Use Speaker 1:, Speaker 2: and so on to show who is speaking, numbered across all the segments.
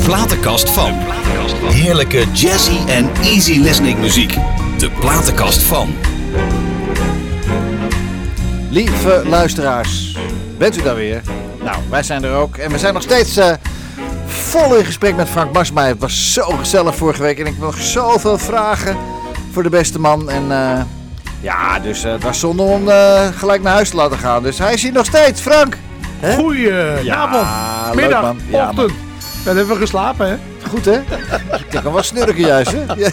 Speaker 1: platenkast van. Heerlijke jazzy en easy listening muziek. De platenkast van.
Speaker 2: Lieve luisteraars, bent u daar weer? Nou, wij zijn er ook. En we zijn nog steeds vol in gesprek met Frank Marsmeijer. Het was zo gezellig vorige week en ik heb nog zoveel vragen voor de beste man. En dus het was zonde om gelijk naar huis te laten gaan. Dus hij is hier nog steeds, Frank.
Speaker 3: Goedenavond, middag,
Speaker 2: man. Ja,
Speaker 3: ochtend. We hebben even geslapen, hè?
Speaker 2: Goed, hè? Ik kan wel snurken juist, hè? Yes.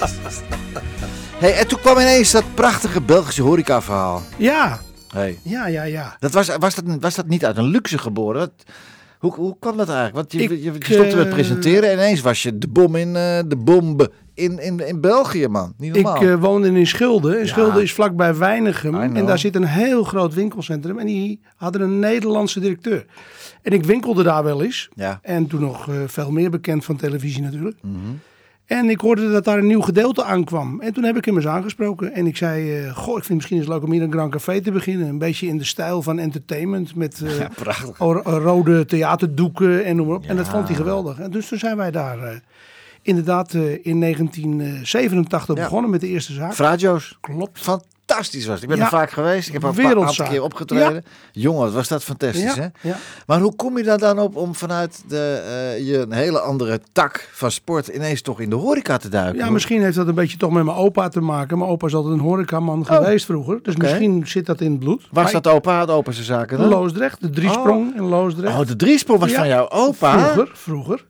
Speaker 2: Hey, en toen kwam ineens dat prachtige Belgische horeca-verhaal.
Speaker 3: Ja.
Speaker 2: Hey.
Speaker 3: Ja.
Speaker 2: Dat was dat niet uit een luxe geboren? Hoe kwam dat eigenlijk? Want je stond te presenteren en ineens was je de bombe in België, man. Niet normaal.
Speaker 3: Ik woonde in Schilde. En Schilde is vlakbij Weinigem. En daar zit een heel groot winkelcentrum. En die hadden een Nederlandse directeur. En ik winkelde daar wel eens. Ja. En toen nog veel meer bekend van televisie natuurlijk. Mm-hmm. En ik hoorde dat daar een nieuw gedeelte aankwam. En toen heb ik hem eens aangesproken. En ik zei, ik vind het misschien eens leuk om hier een Grand Café te beginnen. Een beetje in de stijl van entertainment. Met rode theaterdoeken en noem maar op. Ja. En dat vond hij geweldig. En dus toen zijn wij daar inderdaad in 1987 begonnen met de eerste zaak.
Speaker 2: Frajo's.
Speaker 3: Klopt.
Speaker 2: Fantastisch was het. Ik ben er vaak geweest. Ik heb al een aantal keer opgetreden. Ja. Jongen, wat was dat fantastisch, hè? Ja. Maar hoe kom je daar dan op om vanuit je een hele andere tak van sport ineens toch in de horeca te duiken?
Speaker 3: Ja, misschien heeft dat een beetje toch met mijn opa te maken. Mijn opa is altijd een horecaman geweest vroeger. Dus misschien zit dat in het bloed.
Speaker 2: Waar zat opa? Had opa zijn zaken dan?
Speaker 3: Loosdrecht, de Driesprong in Loosdrecht.
Speaker 2: Oh, de Driesprong was van jouw opa?
Speaker 3: Vroeger.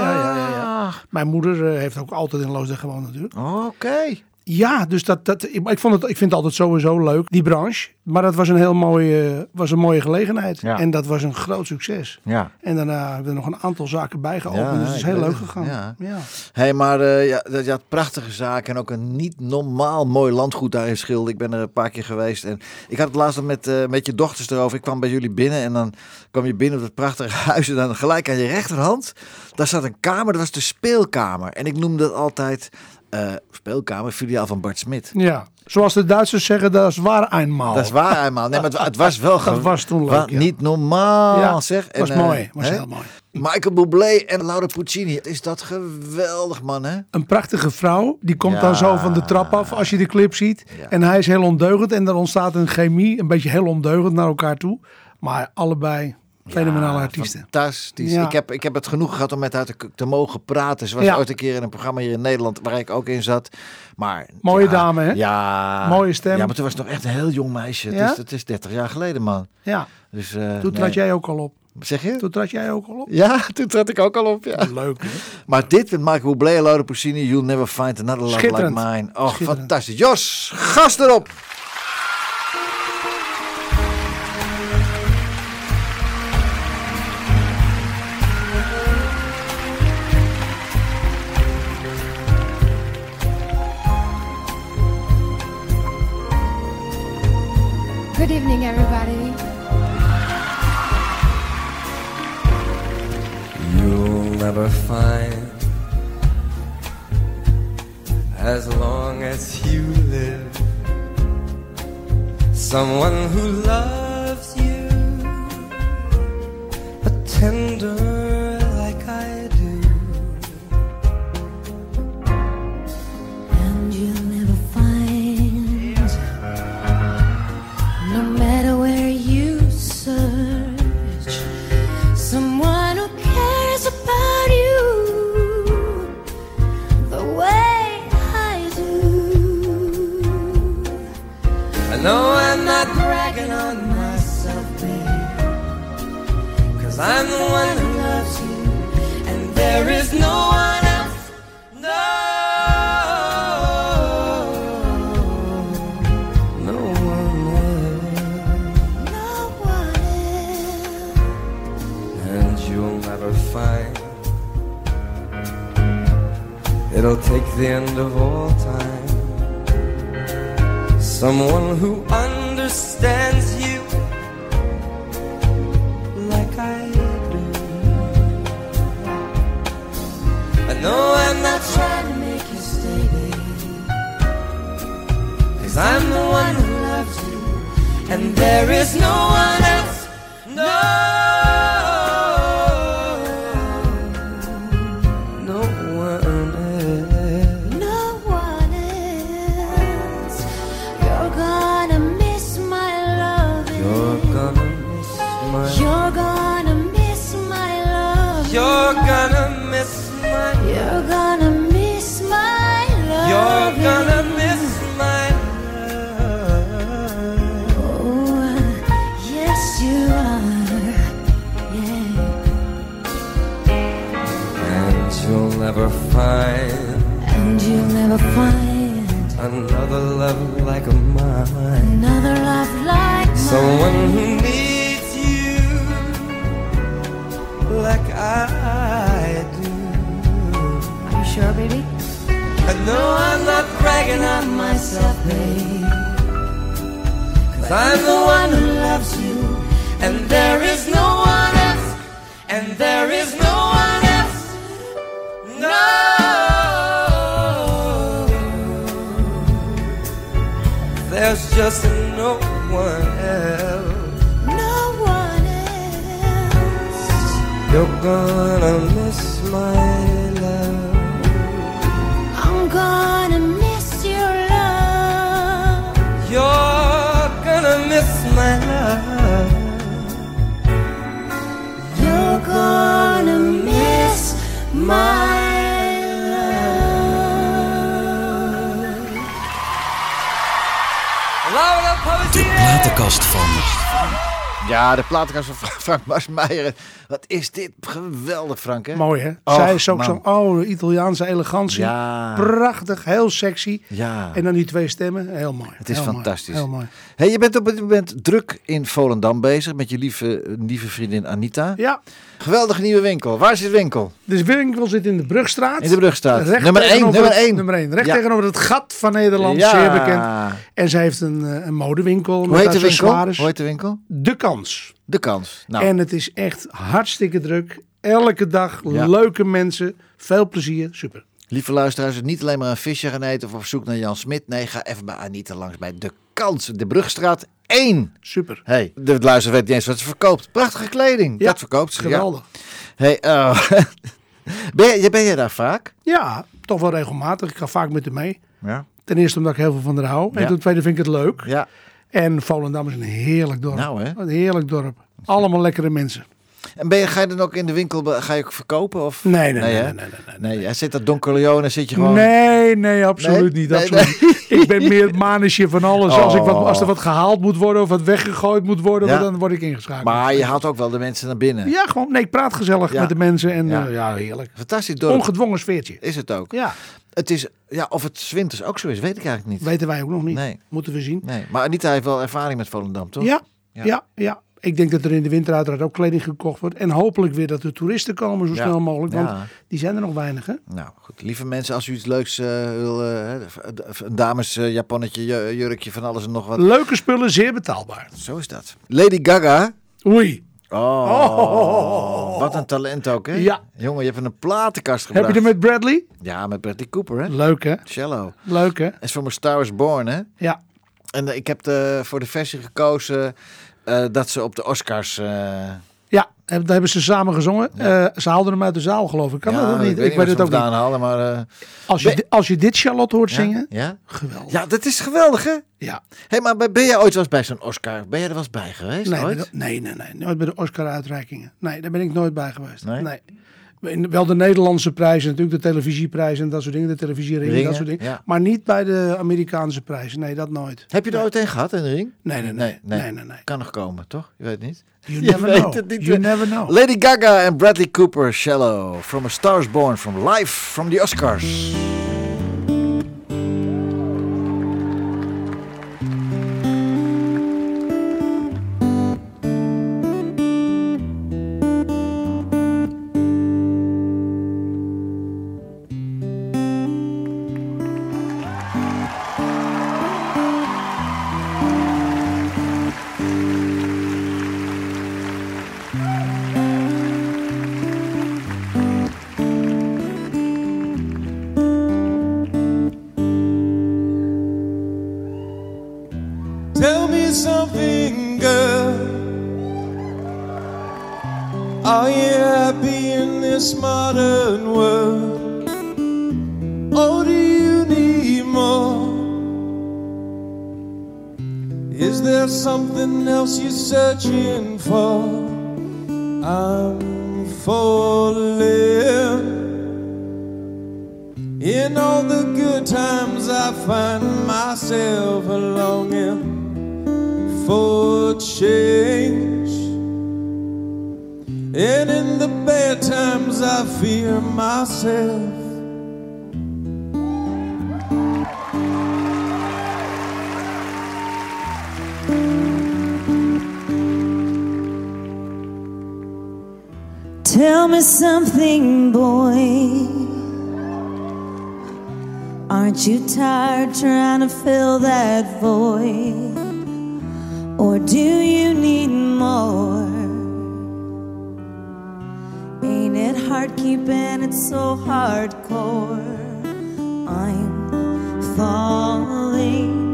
Speaker 3: Ja. Mijn moeder heeft ook altijd in Loosdrecht gewoond natuurlijk.
Speaker 2: Oké.
Speaker 3: Ja, dus ik vind het altijd sowieso leuk, die branche. Maar dat was een mooie gelegenheid. Ja. En dat was een groot succes. Ja. En daarna hebben we nog een aantal zaken bijgeopend. Dus het is heel leuk gegaan. Ja.
Speaker 2: Hey, maar je had prachtige zaken en ook een niet normaal mooi landgoed daar in Schilde. Ik ben er een paar keer geweest. En ik had het laatst met je dochters erover. Ik kwam bij jullie binnen en dan kwam je binnen op het prachtige huis. En dan gelijk aan je rechterhand, daar zat een kamer. Dat was de speelkamer. En ik noemde dat altijd speelkamer, filiaal van Bart Smit.
Speaker 3: Ja, zoals de Duitsers zeggen, dat is waar eenmaal.
Speaker 2: Dat is waar eenmaal. Nee, maar het was wel
Speaker 3: dat was toen leuk,
Speaker 2: niet normaal, zeg.
Speaker 3: Het was mooi, was heel mooi.
Speaker 2: Michael Bublé en Laura Puccini. Is dat geweldig, man, hè?
Speaker 3: Een prachtige vrouw. Die komt dan zo van de trap af als je de clip ziet. Ja. En hij is heel ondeugend. En er ontstaat een chemie. Een beetje heel ondeugend naar elkaar toe. Maar allebei fenomenale artiesten.
Speaker 2: Fantastisch. Ja. Ik heb het genoeg gehad om met haar te mogen praten. Ze was ooit een keer in een programma hier in Nederland waar ik ook in zat. Maar
Speaker 3: mooie dame, hè?
Speaker 2: Ja.
Speaker 3: Mooie stem.
Speaker 2: Ja, maar toen was het nog echt een heel jong meisje. Ja? Het is 30 jaar geleden, man.
Speaker 3: Ja. Dus, toen trad jij ook al op.
Speaker 2: Zeg je?
Speaker 3: Toen trad jij ook al op?
Speaker 2: Ja, toen trad ik ook al op, ja.
Speaker 3: Leuk, hè?
Speaker 2: Maar dit met Michael Bublé en Laura Puccini, You'll Never Find Another Love Like Mine. Oh, fantastisch. Jos, gas erop!
Speaker 4: Good evening, everybody.
Speaker 5: You'll never find, as long as you live, someone who loves you, but tender like I do.
Speaker 4: And you'll never find, no matter where you search, someone who cares about you the way I do.
Speaker 5: I know I'm not bragging on myself, babe, 'cause I'm the one who loves you, and there is no one else. It'll take the end of all time, someone who understands you like I do. I know I'm not trying to make you stay, babe, 'cause I'm the one who loves you, and there is no one else. No. gonna miss my love.
Speaker 4: Oh, yes you are. Yeah.
Speaker 5: And you'll never find.
Speaker 4: And you'll never find
Speaker 5: another love like mine.
Speaker 4: another love like mine.
Speaker 5: Someone who needs you like I do.
Speaker 4: Are you sure, baby?
Speaker 5: I know I'm not bragging on myself, babe, 'cause I'm the one who loves you, and there is no one else, and there is no one else. No. There's just no one else.
Speaker 4: No one else.
Speaker 5: You're gonna miss my love.
Speaker 4: I'm gonna miss your love.
Speaker 5: You're gonna miss my love.
Speaker 4: You're gonna miss my
Speaker 1: De platenkast van...
Speaker 2: Ja, de platenkast van Frank Marsmeijer. Wat is dit geweldig, Frank, hè?
Speaker 3: Mooi, hè?
Speaker 2: Och,
Speaker 3: Zij is ook
Speaker 2: man.
Speaker 3: zo'n Italiaanse elegantie.
Speaker 2: Ja.
Speaker 3: Prachtig, heel sexy.
Speaker 2: Ja.
Speaker 3: En dan die twee stemmen, heel mooi.
Speaker 2: Het is
Speaker 3: Heel
Speaker 2: fantastisch.
Speaker 3: Mooi. Heel mooi.
Speaker 2: Hey, je bent op dit moment druk in Volendam bezig met je lieve vriendin Anita.
Speaker 3: Ja,
Speaker 2: Geweldige nieuwe winkel. Waar is de winkel?
Speaker 3: de winkel zit in de Brugstraat.
Speaker 2: In de Brugstraat.
Speaker 3: Recht
Speaker 2: Nummer 1.
Speaker 3: tegenover
Speaker 2: Nummer
Speaker 3: het-
Speaker 2: 1.
Speaker 3: Nummer 1. Recht
Speaker 2: Ja.
Speaker 3: tegenover het gat van Nederland,
Speaker 2: Ja.
Speaker 3: zeer bekend. En zij heeft een modewinkel.
Speaker 2: Hoe
Speaker 3: met
Speaker 2: heet de winkel?
Speaker 3: accessoires.
Speaker 2: Hoe heet de winkel?
Speaker 3: De Kans.
Speaker 2: De Kans. Nou,
Speaker 3: En het is echt hartstikke druk. Elke dag
Speaker 2: Ja.
Speaker 3: leuke mensen. Veel plezier. Super.
Speaker 2: lieve luisteraars, niet alleen maar een visje gaan eten of op zoek naar Jan Smit. Nee, ga even bij Anita langs bij De Kans. De Brugstraat 1.
Speaker 3: Super.
Speaker 2: Hey, de luisteraar weet niet eens wat ze verkoopt. Prachtige kleding.
Speaker 3: Ja,
Speaker 2: Dat verkoopt ze.
Speaker 3: Geweldig.
Speaker 2: Ja. Hey, ben je daar vaak?
Speaker 3: Ja, toch wel regelmatig. Ik ga vaak met haar mee.
Speaker 2: Ja.
Speaker 3: Ten eerste omdat ik heel veel van haar hou.
Speaker 2: Ja.
Speaker 3: En ten tweede vind ik het leuk.
Speaker 2: Ja.
Speaker 3: En Volendam is een heerlijk dorp.
Speaker 2: Nou, hè?
Speaker 3: Een heerlijk dorp. Allemaal lekkere mensen.
Speaker 2: En ga je dan ook in de winkel, ga je ook verkopen? Of?
Speaker 3: Nee,
Speaker 2: hè? Nee, jij zit dat Don Corleone, zit je gewoon...
Speaker 3: Nee, absoluut
Speaker 2: Nee?
Speaker 3: niet.
Speaker 2: Nee,
Speaker 3: Absoluut niet. Ik ben meer het manusje van alles.
Speaker 2: Oh.
Speaker 3: Als er wat gehaald moet worden of wat weggegooid moet worden,
Speaker 2: Ja.
Speaker 3: dan word ik ingeschakeld.
Speaker 2: Maar je haalt ook wel de mensen naar binnen.
Speaker 3: Ja, gewoon. Nee, ik praat gezellig
Speaker 2: Ja.
Speaker 3: met de mensen. En
Speaker 2: Ja.
Speaker 3: ja, heerlijk.
Speaker 2: Fantastisch dorp.
Speaker 3: Ongedwongen sfeertje.
Speaker 2: Is het ook.
Speaker 3: Ja,
Speaker 2: Het is, ja, of het 's winters ook zo is, weet ik eigenlijk niet.
Speaker 3: weten wij ook nog niet.
Speaker 2: Nee.
Speaker 3: Moeten we zien.
Speaker 2: Nee, maar Anita heeft wel ervaring met Volendam, toch?
Speaker 3: Ja,
Speaker 2: Ja.
Speaker 3: ja. Ik denk dat er in de winter uiteraard ook kleding gekocht wordt. En hopelijk weer dat de toeristen komen zo
Speaker 2: Ja.
Speaker 3: snel mogelijk. Want
Speaker 2: Ja.
Speaker 3: die zijn er nog weinig, hè?
Speaker 2: Nou, goed. Lieve mensen, als u iets leuks wil, een damesjaponnetje, jurkje, van alles en nog wat.
Speaker 3: Leuke spullen, zeer betaalbaar.
Speaker 2: Zo is dat. Lady Gaga.
Speaker 3: Oei.
Speaker 2: Wat een talent ook, hè?
Speaker 3: Ja.
Speaker 2: Jongen, je hebt een platenkast
Speaker 3: Heb
Speaker 2: gebracht.
Speaker 3: je er met Bradley?
Speaker 2: Ja, met Bradley Cooper, hè?
Speaker 3: Leuk, hè?
Speaker 2: Cello.
Speaker 3: Leuk, hè?
Speaker 2: As from a Star is Born, hè?
Speaker 3: Ja.
Speaker 2: En ik heb voor de versie gekozen dat ze op de Oscars...
Speaker 3: Ja, daar hebben ze samen gezongen. Ze haalden hem uit de zaal, geloof ik. Kan dat niet?
Speaker 2: Ik weet het ook niet. Halen, maar,
Speaker 3: Als je dit Charlotte hoort zingen,
Speaker 2: ja?
Speaker 3: geweldig.
Speaker 2: Ja, dat is geweldig, hè?
Speaker 3: Ja.
Speaker 2: Hey, maar ben jij ooit wel eens bij zo'n Oscar? Ben jij er wel eens bij geweest? Ooit?
Speaker 3: Nee. Nooit bij de Oscar-uitreikingen. Nee, daar ben ik nooit bij geweest.
Speaker 2: Nee?
Speaker 3: Nee. Wel de Nederlandse prijzen, natuurlijk de televisieprijzen en dat soort dingen. De televisieringen, dat soort dingen.
Speaker 2: ja.
Speaker 3: Maar niet bij de Amerikaanse prijzen. Nee, dat nooit.
Speaker 2: Heb je er ooit een gehad, in de ring?
Speaker 3: Nee.
Speaker 2: Kan nog komen, toch? Je weet het niet.
Speaker 3: You
Speaker 2: Je
Speaker 3: never
Speaker 2: weet
Speaker 3: know.
Speaker 2: het niet.
Speaker 3: You never know.
Speaker 2: Lady Gaga en Bradley Cooper, Shallow. From a Star is Born, from live from the Oscars.
Speaker 6: Tell me something, girl. Are you happy in this modern world? Or do you need more? Is there something else you're searching for? I'm falling. In all the good times I find myself a longing for change, and in the bad times I fear myself.
Speaker 4: Tell me something, boy. Aren't you tired trying to fill that void? Or do you need more? Ain't it hard keeping it so hardcore? I'm falling.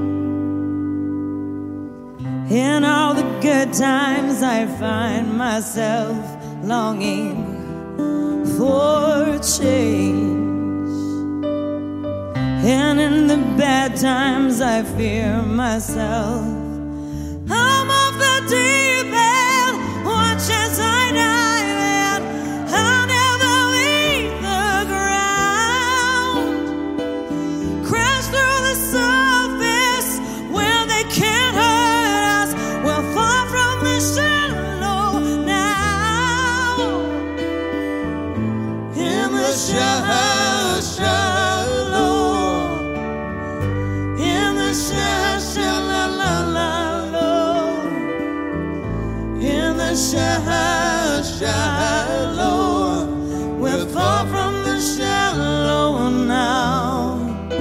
Speaker 4: In all the good times I find myself longing for change, and in the bad times I fear myself. I'm off the deep end, watch as I dive in. I'll never leave the ground, crash through the surface where they can't hurt us. We'll fall from the shallow now, in the shallow, in the shallow, in the shallow. We're far from the shallow now.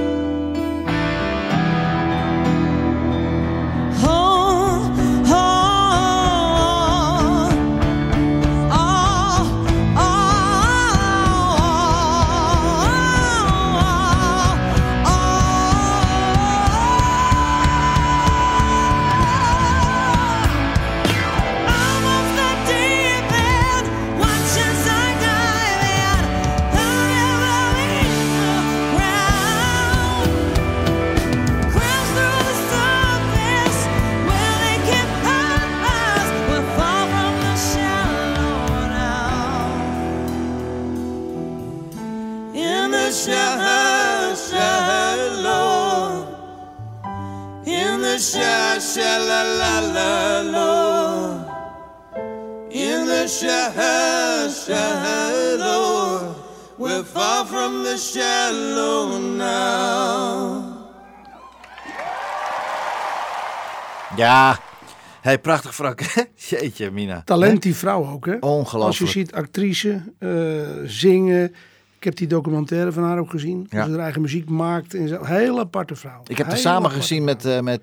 Speaker 4: In the shallow, we're far from the shallow now.
Speaker 2: Ja, hey, prachtig Frank. Jeetje, Mina.
Speaker 3: Talent die vrouw ook, hè?
Speaker 2: Ongelooflijk.
Speaker 3: Als je ziet actrice, zingen. Ik heb die documentaire van haar ook gezien.
Speaker 2: Ja.
Speaker 3: Hoe ze haar eigen muziek maakt. En zo. Hele aparte vrouw.
Speaker 2: Ik heb haar samen gezien met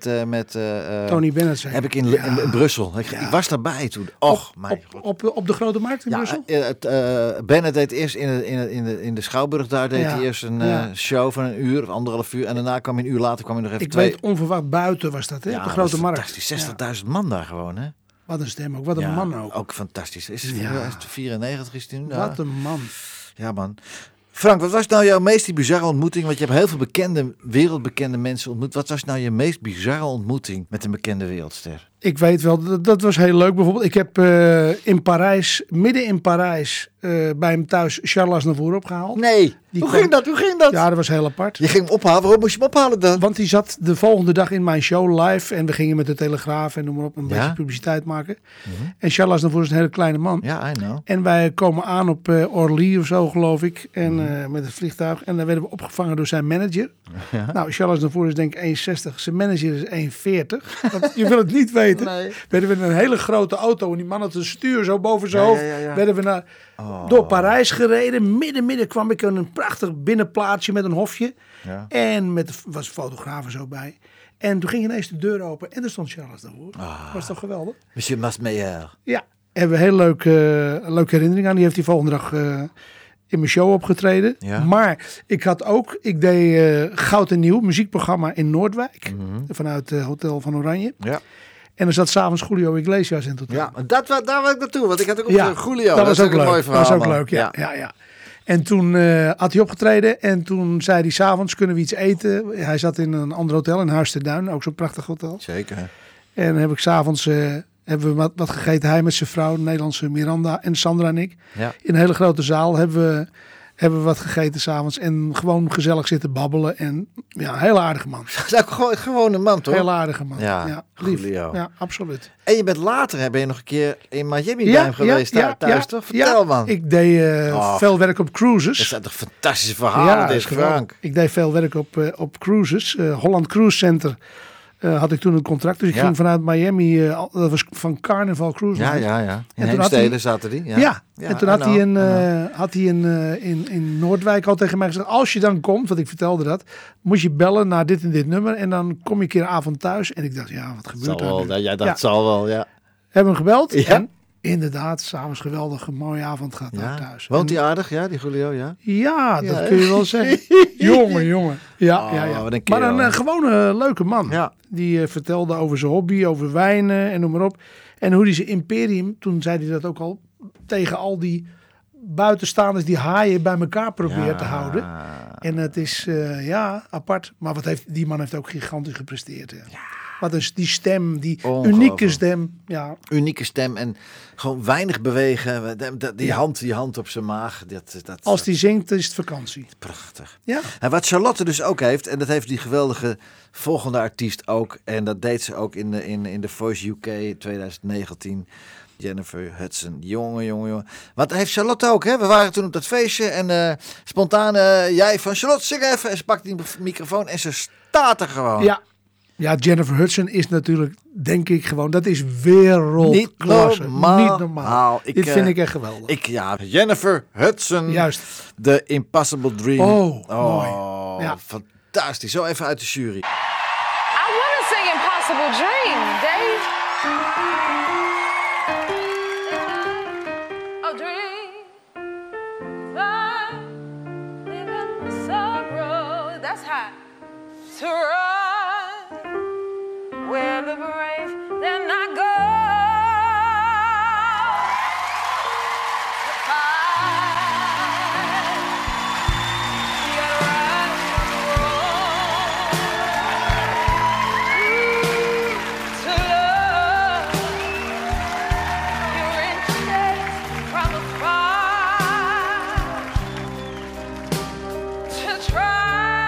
Speaker 3: Tony Bennett.
Speaker 2: Heb ik in Brussel. Ik was daarbij toen. Och,
Speaker 3: op de Grote Markt in Brussel?
Speaker 2: Bennett deed eerst in de Schouwburg daar. Deed hij eerst een show van 1 uur of 1,5 uur. En daarna kwam hij een uur later nog even
Speaker 3: ik
Speaker 2: 2.
Speaker 3: weet onverwacht buiten was dat, hè?
Speaker 2: Ja,
Speaker 3: op de Grote Markt.
Speaker 2: Fantastisch. 60.000 man daar gewoon, hè?
Speaker 3: Wat een stem ook. Wat een man ook.
Speaker 2: Ook fantastisch. Is het 94 is het nu?
Speaker 3: Wat een man.
Speaker 2: Ja, man. Frank, wat was nou jouw meest bizarre ontmoeting? Want je hebt heel veel wereldbekende mensen ontmoet. Wat was nou je meest bizarre ontmoeting met een bekende wereldster?
Speaker 3: Ik weet wel, dat was heel leuk. Bijvoorbeeld, ik heb in Parijs, midden in Parijs, bij hem thuis Charles Aznavour opgehaald.
Speaker 2: Nee, hoe ging dat?
Speaker 3: Ja, dat was heel apart.
Speaker 2: Je ging hem ophalen. Waarom moest je hem ophalen dan?
Speaker 3: Want die zat de volgende dag in mijn show live. En we gingen met de Telegraaf en noem maar op een beetje publiciteit maken. Mm-hmm. En Charles Aznavour is een hele kleine man.
Speaker 2: Ja, I know.
Speaker 3: En wij komen aan op Orly of zo, geloof ik. En met het vliegtuig. En dan werden we opgevangen door zijn manager. Ja. Nou, Charles Aznavour is denk ik 1,60. Zijn manager is 1,40. Want je wil het niet weten. Nee. Werden we in een hele grote auto. En die man had een stuur zo boven zijn hoofd. Ja. Werden we door Parijs gereden. Midden kwam ik in een prachtig binnenplaatsje met een hofje. Ja. En was fotografen zo bij. En toen ging ineens de deur open. En er stond Charles Aznavour. Was toch geweldig?
Speaker 2: Monsieur Masmeyer.
Speaker 3: Ja. Hebben we een hele leuke herinnering aan. Die heeft die volgende dag in mijn show opgetreden. Ja. Maar ik deed Goud en Nieuw, muziekprogramma in Noordwijk. Mm-hmm. Vanuit het Hotel van Oranje. Ja. En er zat s'avonds Julio Iglesias in het hotel.
Speaker 2: Ja, daar wil ik naartoe. Want ik had ook op Julio.
Speaker 3: Dat was ook leuk.
Speaker 2: Mooi verhaal,
Speaker 3: dat was ook leuk, ja. En toen had hij opgetreden. En toen zei hij s'avonds, kunnen we iets eten? Hij zat in een ander hotel, in Huis ter Duin. Ook zo'n prachtig hotel.
Speaker 2: Zeker.
Speaker 3: En dan heb ik s'avonds hebben we wat gegeten. Hij met zijn vrouw, de Nederlandse Miranda en Sandra en ik. Ja. In een hele grote zaal hebben we Hebben we wat gegeten s'avonds en gewoon gezellig zitten babbelen. En ja, een hele aardige man.
Speaker 2: Dat is ook gewoon een man, toch?
Speaker 3: Heel aardige man. Ja, lief.
Speaker 2: Julio.
Speaker 3: Ja, absoluut.
Speaker 2: En je bent later, ben je nog een keer in Miami geweest thuis, toch? Vertel, man.
Speaker 3: Ik deed veel werk op cruises.
Speaker 2: Dat zijn toch fantastische verhalen, dit Frank.
Speaker 3: Ik deed veel werk op cruises. Holland Cruise Center had ik toen een contract. Dus ik ging vanuit Miami, dat was van Carnival Cruise.
Speaker 2: Ja. In Heemstede zaten die. Ja.
Speaker 3: En toen had hij in Noordwijk al tegen mij gezegd, als je dan komt, want ik vertelde dat, moet je bellen naar dit en dit nummer en dan kom je een keer een avond thuis. En ik dacht, wat gebeurt er nu?
Speaker 2: Dat zal wel, ja.
Speaker 3: Hebben hem gebeld en inderdaad, s'avonds geweldig, een mooie avond gaat naar thuis.
Speaker 2: Woont hij aardig, die Julio, ja?
Speaker 3: Ja, dat kun je wel zeggen. jongen. Ja. Maar een gewone leuke man. Ja. Die vertelde over zijn hobby, over wijnen en noem maar op. En hoe hij zijn imperium, toen zei hij dat ook al, tegen al die buitenstaanders die haaien bij elkaar probeert te houden. En het is apart. Maar die man heeft ook gigantisch gepresteerd. Ja. Wat is die stem, die unieke stem. Ja.
Speaker 2: Unieke stem en gewoon weinig bewegen. Die hand op zijn maag.
Speaker 3: Als die zingt, is het vakantie.
Speaker 2: Prachtig.
Speaker 3: Ja.
Speaker 2: En wat Charlotte dus ook heeft, en dat heeft die geweldige volgende artiest ook. En dat deed ze ook in The Voice UK 2019. Jennifer Hudson. Jongen. Wat heeft Charlotte ook, hè? We waren toen op dat feestje en spontaan jij van Charlotte, zing even. En ze pakt die microfoon en ze staat er gewoon.
Speaker 3: Ja, Jennifer Hudson is natuurlijk, denk ik gewoon, dat is wereldklasse. Niet normaal. Dit vind ik echt geweldig.
Speaker 2: Jennifer Hudson.
Speaker 3: Juist.
Speaker 2: The Impossible Dream.
Speaker 3: Mooi. Ja.
Speaker 2: Fantastisch. Zo even uit de jury.
Speaker 7: I want to sing Impossible Dream, Dave. A dream, living sorrow. That's hot. To run where the brave then I go. To fight, get right to love your inches from afar. To try.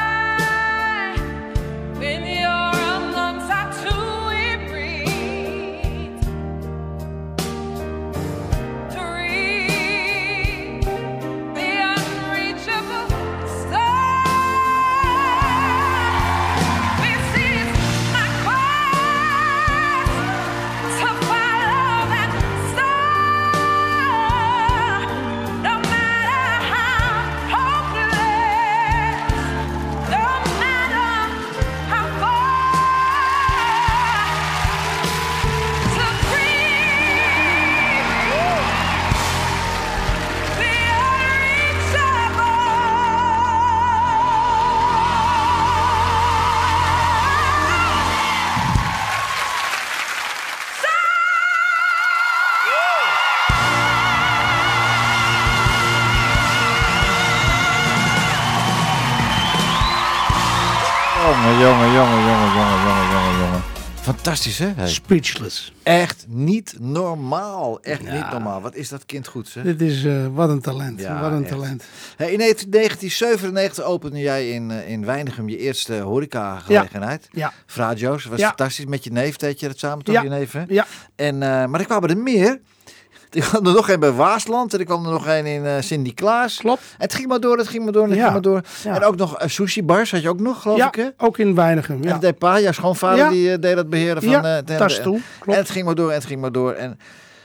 Speaker 2: Jongen. Fantastisch, hè? Hey.
Speaker 3: Speechless.
Speaker 2: Echt niet normaal. Niet normaal. Wat is dat kind goed, hè?
Speaker 3: Dit is wat een talent. Talent.
Speaker 2: Hey, in 1997 opende jij in Weinigem je eerste horeca-gelegenheid.
Speaker 3: Ja.
Speaker 2: Frajo's. Dat was fantastisch. Met je neef deed je dat samen, toch? Je neef, hè?
Speaker 3: Ja.
Speaker 2: En, maar er kwamen er meer. Er kwam er nog een bij Waasland en er kwam er nog een in Sint-Niklaas.
Speaker 3: Klopt.
Speaker 2: En het ging maar door. Ja. En ook nog sushi bars had je ook nog, geloof ik, hè?
Speaker 3: Ook in Weinigem,
Speaker 2: En deed pa, jouw schoonvader, die deed dat beheren van...
Speaker 3: Tasstoel, klopt.
Speaker 2: En het ging maar door. En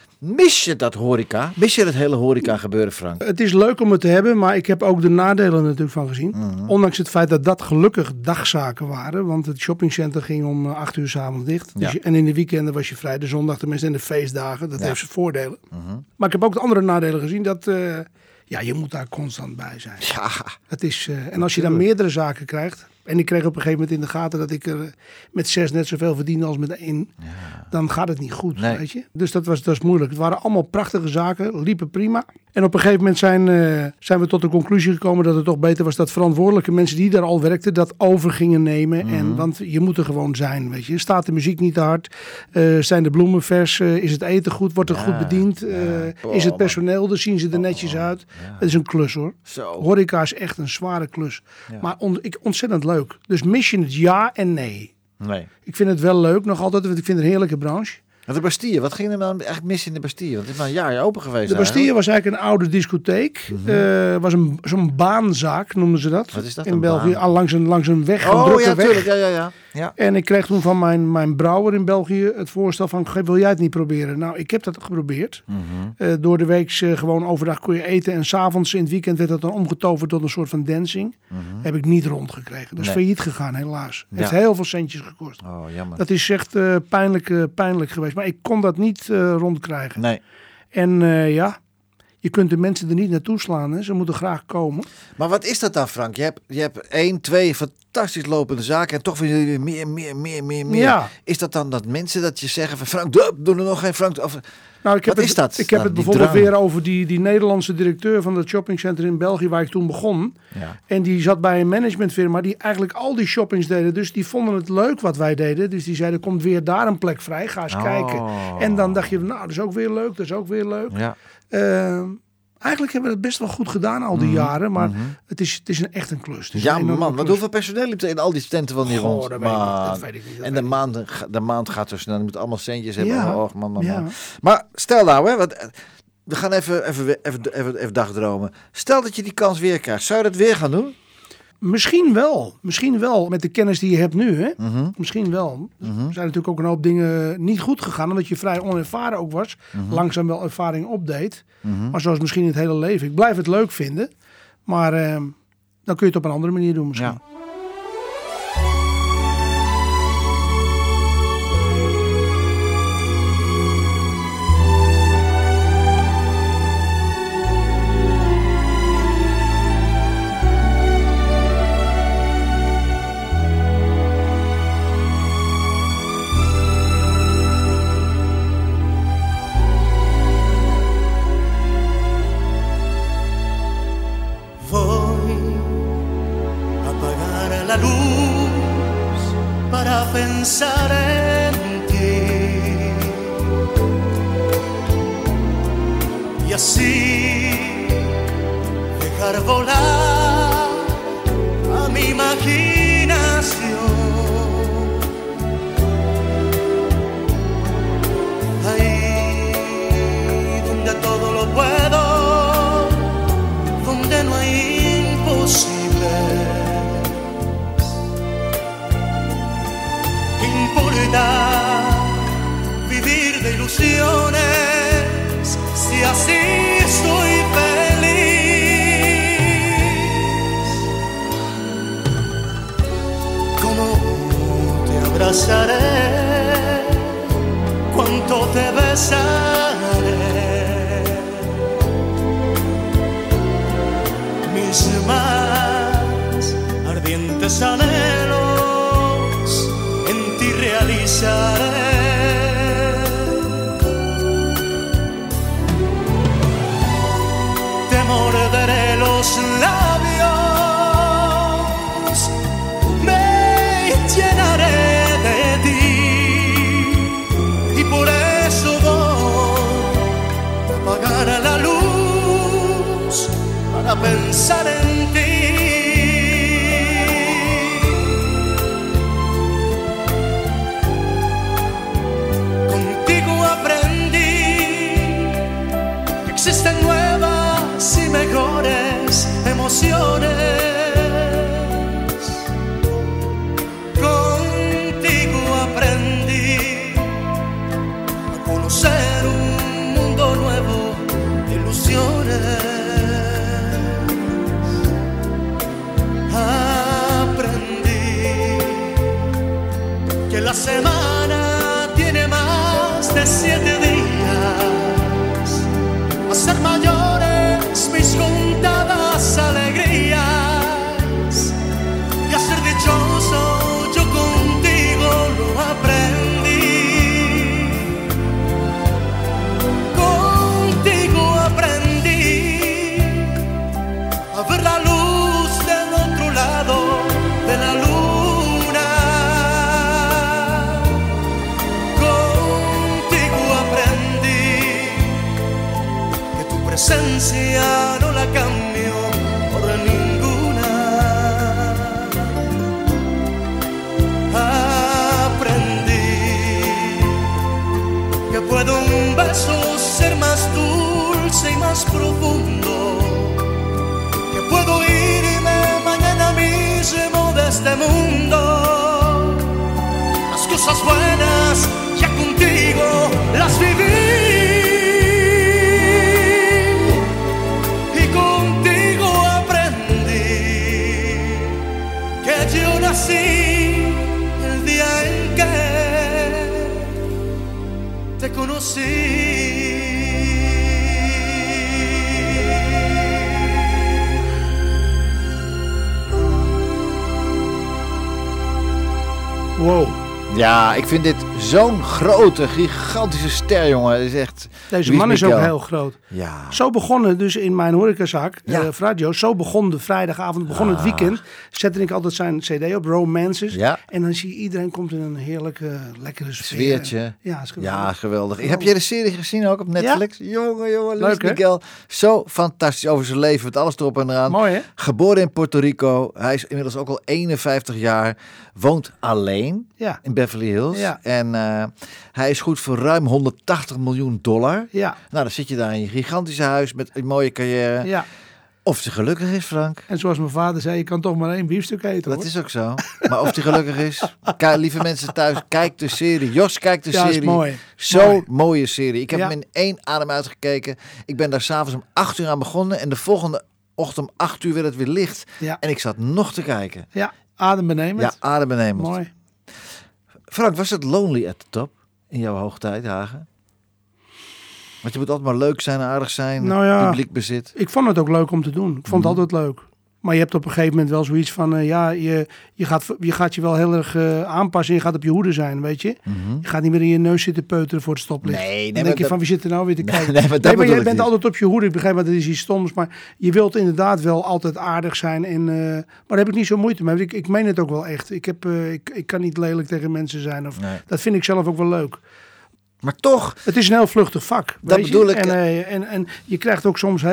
Speaker 2: mis je dat horeca? Mis je dat hele horeca gebeuren, Frank?
Speaker 3: Het is leuk om het te hebben, maar ik heb ook de nadelen natuurlijk van gezien. Mm-hmm. Ondanks het feit dat gelukkig dagzaken waren. Want het shoppingcenter ging om 8 uur 's avonds dicht.
Speaker 2: Ja.
Speaker 3: Dus en in de weekenden was je vrij. De zondag tenminste en de feestdagen. Dat heeft zijn voordelen. Mm-hmm. Maar ik heb ook de andere nadelen gezien. Dat je moet daar constant bij zijn.
Speaker 2: Ja.
Speaker 3: Het is, en als je dan meerdere zaken krijgt. En ik kreeg op een gegeven moment in de gaten dat ik er met 6 net zoveel verdiende als met 1. Ja. Dan gaat het niet goed, weet je. Dus dat was moeilijk. Het waren allemaal prachtige zaken, liepen prima. En op een gegeven moment zijn we tot de conclusie gekomen dat het toch beter was dat verantwoordelijke mensen die daar al werkten dat over gingen nemen. Want je moet er gewoon zijn, weet je. Staat de muziek niet te hard? Zijn de bloemen vers? Is het eten goed? Wordt het goed bediend? Is het personeel? Dan zien ze er netjes uit. Ja. Het is een klus hoor.
Speaker 2: Zo.
Speaker 3: Horeca is echt een zware klus. Ja. Maar ontzettend leuk. Dus mis je het ja en nee. Ik vind het wel leuk nog altijd, want ik vind het een heerlijke branche.
Speaker 2: De Bastille, wat ging er dan echt mis in de Bastille? Want het is maar een jaar open geweest.
Speaker 3: De Bastille was eigenlijk een oude discotheek. Was zo'n baanzaak, noemden ze dat.
Speaker 2: Wat is dat?
Speaker 3: In België, langs een weg.
Speaker 2: Oh
Speaker 3: een
Speaker 2: ja,
Speaker 3: weg.
Speaker 2: tuurlijk. Ja.
Speaker 3: En ik kreeg toen van mijn brouwer in België het voorstel van, wil jij het niet proberen? Nou, ik heb dat geprobeerd. Door de week gewoon overdag kon je eten en 's avonds in het weekend werd dat dan omgetoverd tot een soort van dancing. Heb ik niet rondgekregen. Dat is failliet gegaan, helaas. Heeft heel veel centjes gekost.
Speaker 2: Oh, jammer.
Speaker 3: Dat is echt pijnlijk geweest. Maar ik kon dat niet rondkrijgen.
Speaker 2: Nee.
Speaker 3: En je kunt de mensen er niet naartoe slaan. Hè. Ze moeten graag komen.
Speaker 2: Maar wat is dat dan, Frank? Je hebt 1, 2 fantastisch lopende zaken en toch willen jullie meer. Ja. Is dat dan dat mensen dat je zeggen van Frank, doe er nog geen Frank? Of,
Speaker 3: nou, wat is dat? Ik heb het bijvoorbeeld weer over die Nederlandse directeur van het shoppingcenter in België waar ik toen begon. Ja. En die zat bij een managementfirma die eigenlijk al die shoppings deden. Dus die vonden het leuk wat wij deden. Dus die zeiden, komt weer daar een plek vrij. Ga eens kijken. En dan dacht je, nou, dat is ook weer leuk. Dat is ook weer leuk. Ja. Eigenlijk hebben we het best wel goed gedaan al die jaren. Maar het is echt een klus.
Speaker 2: Ja, man. Wat hoeveel personeel liep er in al die tenten van die rond?
Speaker 3: Dat weet ik niet.
Speaker 2: En de maand gaat zo snel. Je moet allemaal centjes hebben. Ja. Man. Maar stel nou, hè. We gaan even dagdromen. Stel dat je die kans weer krijgt. Zou je dat weer gaan doen?
Speaker 3: Misschien wel. Met de kennis die je hebt nu. Hè? Misschien wel. Er zijn natuurlijk ook een hoop dingen niet goed gegaan. Omdat je vrij onervaren ook was. Langzaam wel ervaring opdeed. Maar zoals misschien het hele leven. Ik blijf het leuk vinden. Maar dan kun je het op een andere manier doen misschien. Ja.
Speaker 8: Pensar en ti y así dejar volar a mi imaginación. Ahí donde todo lo puedo, donde no hay imposible. Vivir de ilusiones, si así soy feliz. ¿Cómo te abrazaré? ¿Cuánto te besaré? Mis más ardientes anhelos en ti realizaré. Te morderé los labios, me llenaré de ti y por eso voy a apagar la luz para pensar en ti. Existen nuevas y mejores emociones. Contigo aprendí a conocer un mundo nuevo de ilusiones. Aprendí que la semana tiene más de 7 días. Hacer mayores mis contadas alegrías y hacer dicho ausencia no la cambio por ninguna. Aprendí que puedo un beso ser más dulce y más profundo, que puedo irme mañana mismo de este mundo. Las cosas buenas ya contigo las viví. Yo nací el día en que te conocí.
Speaker 3: Wow.
Speaker 2: Ja, ik vind dit zo'n grote, gigantische ster, jongen. Het is echt...
Speaker 3: Deze man is ook heel groot.
Speaker 2: Ja.
Speaker 3: Zo begonnen dus in mijn horecazaak, Fraggio. Zo begon de vrijdagavond, begon het weekend. Zette ik altijd zijn cd op, Romances. Ja. En dan zie je iedereen komt in een heerlijke, lekkere sfeer.
Speaker 2: Sfeertje.
Speaker 3: Ja, is geweldig.
Speaker 2: Ja, geweldig. Heb je de serie gezien ook op Netflix? Ja? Jongen, Luis
Speaker 3: Leuk,
Speaker 2: Miguel. Zo fantastisch over zijn leven, met alles erop en eraan.
Speaker 3: Mooi, hè?
Speaker 2: Geboren in Puerto Rico. Hij is inmiddels ook al 51 jaar. Woont alleen in Beverly Hills. Ja. En hij is goed voor ruim $180 miljoen. Ja. Nou, dan zit je daar in je gigantische huis met een mooie carrière. Ja. Of hij gelukkig is, Frank.
Speaker 3: En zoals mijn vader zei, je kan toch maar 1 biefstuk eten, hoor.
Speaker 2: Dat is ook zo. Maar of hij gelukkig is... lieve mensen thuis, kijk de serie. Jos kijkt de serie.
Speaker 3: Is mooi.
Speaker 2: Zo'n mooie serie. Ik heb hem in 1 adem uitgekeken. Ik ben daar s'avonds om 8 uur aan begonnen. En de volgende ochtend om 8 uur werd het weer licht. Ja. En ik zat nog te kijken.
Speaker 3: Ja, adembenemend.
Speaker 2: Ja, adembenemend.
Speaker 3: Mooi.
Speaker 2: Frank, was het lonely at the top in jouw hoogtijdagen? Want je moet altijd maar leuk zijn, aardig zijn, publiek bezit.
Speaker 3: Ik vond het ook leuk om te doen. Ik vond het altijd leuk. Maar je hebt op een gegeven moment wel zoiets van... je gaat je wel heel erg aanpassen. Je gaat op je hoede zijn, weet je. Je gaat niet meer in je neus zitten peuteren voor het stoplicht.
Speaker 2: Nee,
Speaker 3: dan denk je van, wie zit er nou weer te kijken? Maar jij bent altijd op je hoede. Ik begrijp dat het is iets stoms. Maar je wilt inderdaad wel altijd aardig zijn. Maar daar heb ik niet zo moeite mee. Ik meen het ook wel echt. Ik kan niet lelijk tegen mensen zijn. Dat vind ik zelf ook wel leuk.
Speaker 2: Maar toch...
Speaker 3: Het is een heel vluchtig vak.
Speaker 2: Dat bedoel ik.
Speaker 3: En je krijgt ook soms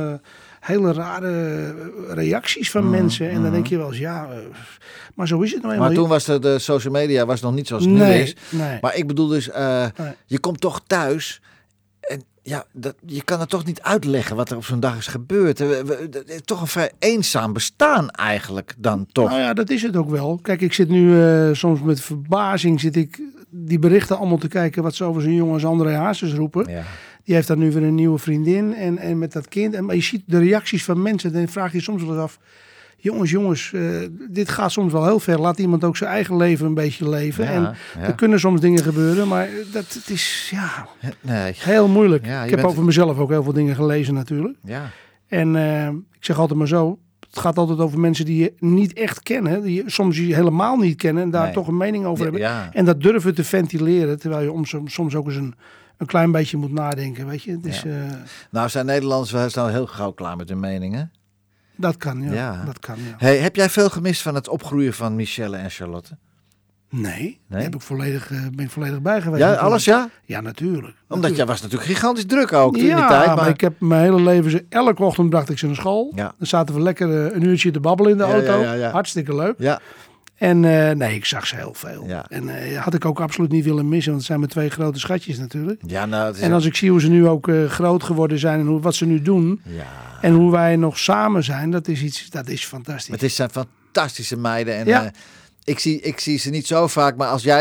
Speaker 3: hele rare reacties van mensen. En dan denk je wel eens, maar zo is het nou eenmaal.
Speaker 2: Maar toen was de social media nog niet zoals het nu is. Nee. Maar ik bedoel dus, je komt toch thuis... En ja, je kan het toch niet uitleggen wat er op zo'n dag is gebeurd. Toch een vrij eenzaam bestaan eigenlijk dan toch.
Speaker 3: Nou ja, dat is het ook wel. Kijk, ik zit nu soms met verbazing die berichten allemaal te kijken wat ze over zo'n jongen als André Hazes roepen. Ja. Die heeft dan nu weer een nieuwe vriendin en met dat kind. Maar je ziet de reacties van mensen. Dan vraag je soms wel eens af. Jongens, dit gaat soms wel heel ver. Laat iemand ook zijn eigen leven een beetje leven. En er kunnen soms dingen gebeuren. Maar het is heel moeilijk. Ja, ik heb over mezelf ook heel veel dingen gelezen natuurlijk. Ja. En ik zeg altijd maar zo. Het gaat altijd over mensen die je niet echt kennen. Die je soms helemaal niet kennen. En daar toch een mening over hebben. Ja. En dat durven te ventileren. Terwijl je soms ook eens een klein beetje moet nadenken. Weet je? Dus,
Speaker 2: nou, zijn Nederlanders nou heel gauw klaar met hun meningen?
Speaker 3: Dat kan, Dat kan,
Speaker 2: Hey, heb jij veel gemist van het opgroeien van Michelle en Charlotte?
Speaker 3: Nee? Daar ben ik volledig bij geweest.
Speaker 2: Ja, natuurlijk. Alles ja?
Speaker 3: Ja, natuurlijk.
Speaker 2: Omdat jij was natuurlijk gigantisch druk ook in die tijd.
Speaker 3: Maar ik heb mijn hele leven, elke ochtend bracht ik ze naar school. Ja. Dan zaten we lekker een uurtje te babbelen in de auto. Ja. Hartstikke leuk. Ja. En ik zag ze heel veel. Ja. En had ik ook absoluut niet willen missen. Want het zijn mijn 2 grote schatjes natuurlijk. Ja, nou, en als ik zie hoe ze nu ook groot geworden zijn. En wat ze nu doen. Ja. En hoe wij nog samen zijn. Dat is fantastisch.
Speaker 2: Het zijn fantastische meiden. En ik zie ze niet zo vaak. Maar als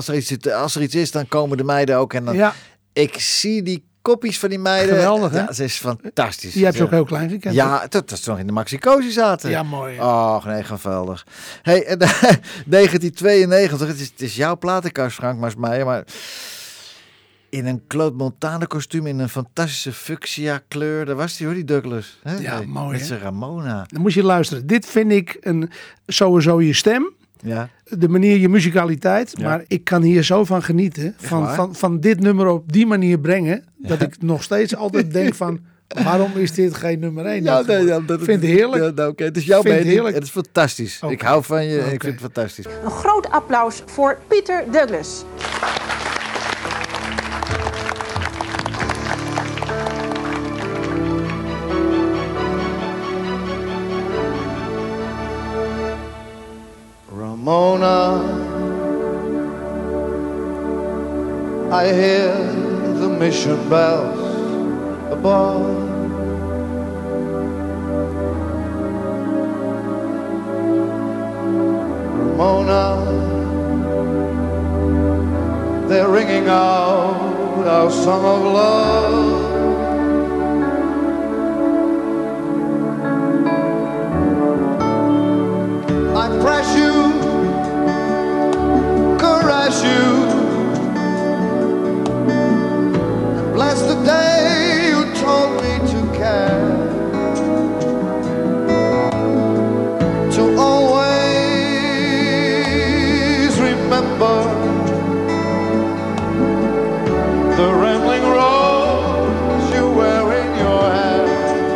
Speaker 2: er iets is, dan komen de meiden ook. En dan, ik zie die koppies van die meiden.
Speaker 3: Geweldig, hè?
Speaker 2: Ja, ze is fantastisch.
Speaker 3: Die heb je ook heel klein gekend.
Speaker 2: Ja, dat ze nog in de Maxicosi zaten.
Speaker 3: Ja, mooi.
Speaker 2: Och, nee, geweldig. Hey, 1992, het is jouw platenkast, Frank Maasmeijer, maar in een Claude Montana kostuum, in een fantastische fuchsia kleur. Daar was die hoor, die Douglas. Hè?
Speaker 3: Ja, mooi.
Speaker 2: Met zijn Ramona.
Speaker 3: Dan moet je luisteren. Dit vind ik sowieso je stem. Ja. De manier, je muzikaliteit. Ja. Maar ik kan hier zo van genieten. Van dit nummer op die manier brengen. Dat ik nog steeds altijd denk van... Waarom is dit geen nummer 1?
Speaker 2: Ja, dat
Speaker 3: vind het heerlijk.
Speaker 2: Ja, het is jouw mening. Het is fantastisch. Okay. Ik hou van je. Okay. Ik vind het fantastisch.
Speaker 9: Een groot applaus voor Peter Douglas.
Speaker 10: I hear the mission bells above. Ramona, they're ringing out our song of love. I press you, caress you, and bless the day you told me to care, to always remember the rambling rose you wear in your hair.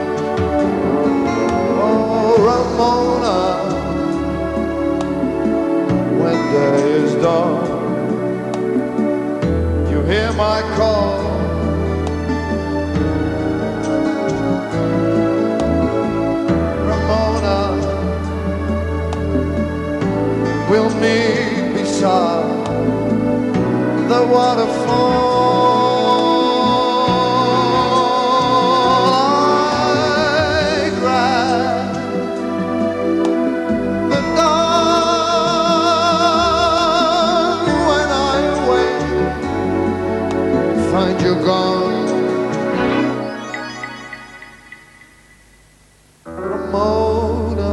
Speaker 10: Oh, Ramona, when day is dark, you hear my call. Ramona, we'll meet beside the waterfall. You're gone, Ramona,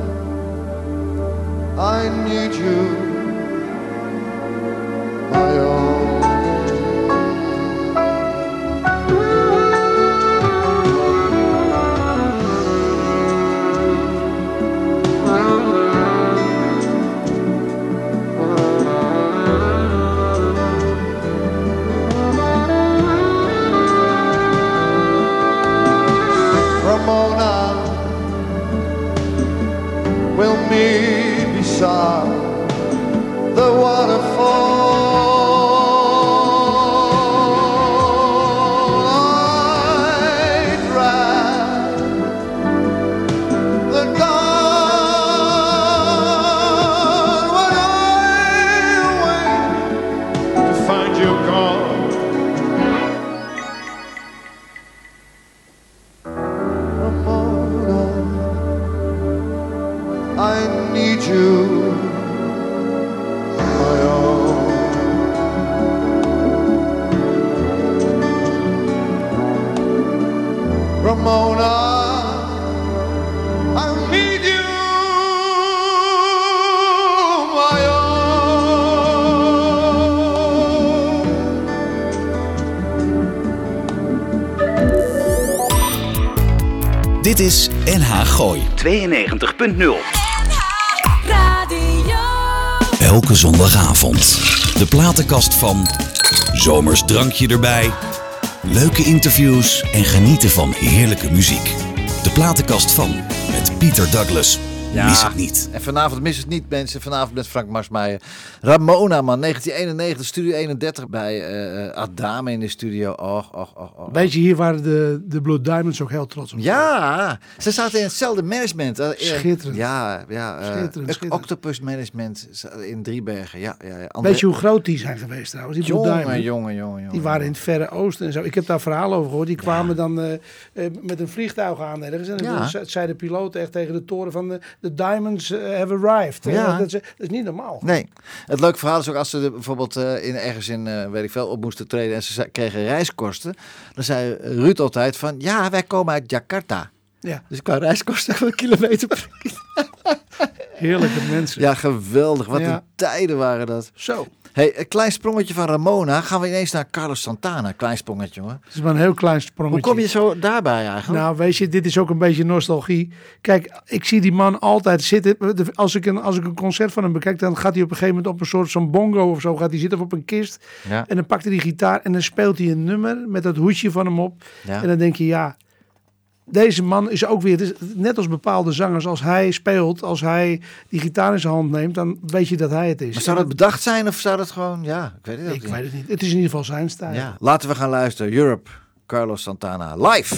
Speaker 10: I need you, my own. We'll meet beside the waterfall. I drag the dawn when I wake to find you gone. Ramona, I need you, my own. Ramona, I need you, my own.
Speaker 1: Dit is NH Gooi 92.0. Elke zondagavond. De platenkast van zomers drankje erbij, leuke interviews en genieten van heerlijke muziek. De platenkast van met Peter Douglas.
Speaker 2: Ja,
Speaker 1: mis het niet.
Speaker 2: En vanavond mis het niet, mensen. Vanavond met Frank Marsmeijer. Ramona, man. 1991, Studio 31 bij Adame in de studio. Och.
Speaker 3: Weet je, hier waren de Blue Diamonds ook heel trots op.
Speaker 2: Ja, ze zaten in hetzelfde management.
Speaker 3: Schitterend.
Speaker 2: Ja.
Speaker 3: Schitterend.
Speaker 2: Octopus Management in Driebergen. Ja.
Speaker 3: Weet je hoe groot die zijn geweest trouwens? Die Blue Diamonds.
Speaker 2: Jongen.
Speaker 3: Die waren in het Verre Oosten en zo. Ik heb daar verhalen over gehoord. Die kwamen dan met een vliegtuig aan ergens. En dan zei de piloot echt tegen de toren van de Diamonds have arrived.
Speaker 2: Ja.
Speaker 3: Dat is niet normaal.
Speaker 2: Nee. Het leuke verhaal is ook als ze bijvoorbeeld ergens in, weet ik veel, op moesten treden en ze kregen reiskosten. Dan zei Ruud altijd van, ja, wij komen uit Jakarta.
Speaker 3: Ja.
Speaker 2: Dus qua reiskosten van een kilometer.
Speaker 3: Heerlijke mensen.
Speaker 2: Ja, geweldig. Wat een tijden waren dat.
Speaker 3: Zo.
Speaker 2: Hey, een klein sprongetje van Ramona. Gaan we ineens naar Carlos Santana. Klein sprongetje, hoor.
Speaker 3: Het is maar een heel klein sprongetje.
Speaker 2: Hoe kom je zo daarbij eigenlijk?
Speaker 3: Nou, weet je, dit is ook een beetje nostalgie. Kijk, ik zie die man altijd zitten. Als ik een concert van hem bekijk, dan gaat hij op een gegeven moment op een soort zo'n bongo of zo. Gaat hij zitten of op een kist. Ja. En dan pakt hij die gitaar en dan speelt hij een nummer met dat hoedje van hem op. Ja. En dan denk je, ja, deze man is ook weer, net als bepaalde zangers, als hij speelt, als hij die gitaar in zijn hand neemt, dan weet je dat hij het is.
Speaker 2: Maar zou dat bedacht zijn of zou dat gewoon, ja, ik weet het niet.
Speaker 3: Ik weet het niet. Het is in ieder geval zijn stijl.
Speaker 2: Ja. Laten we gaan luisteren. Europe, Carlos Santana, live.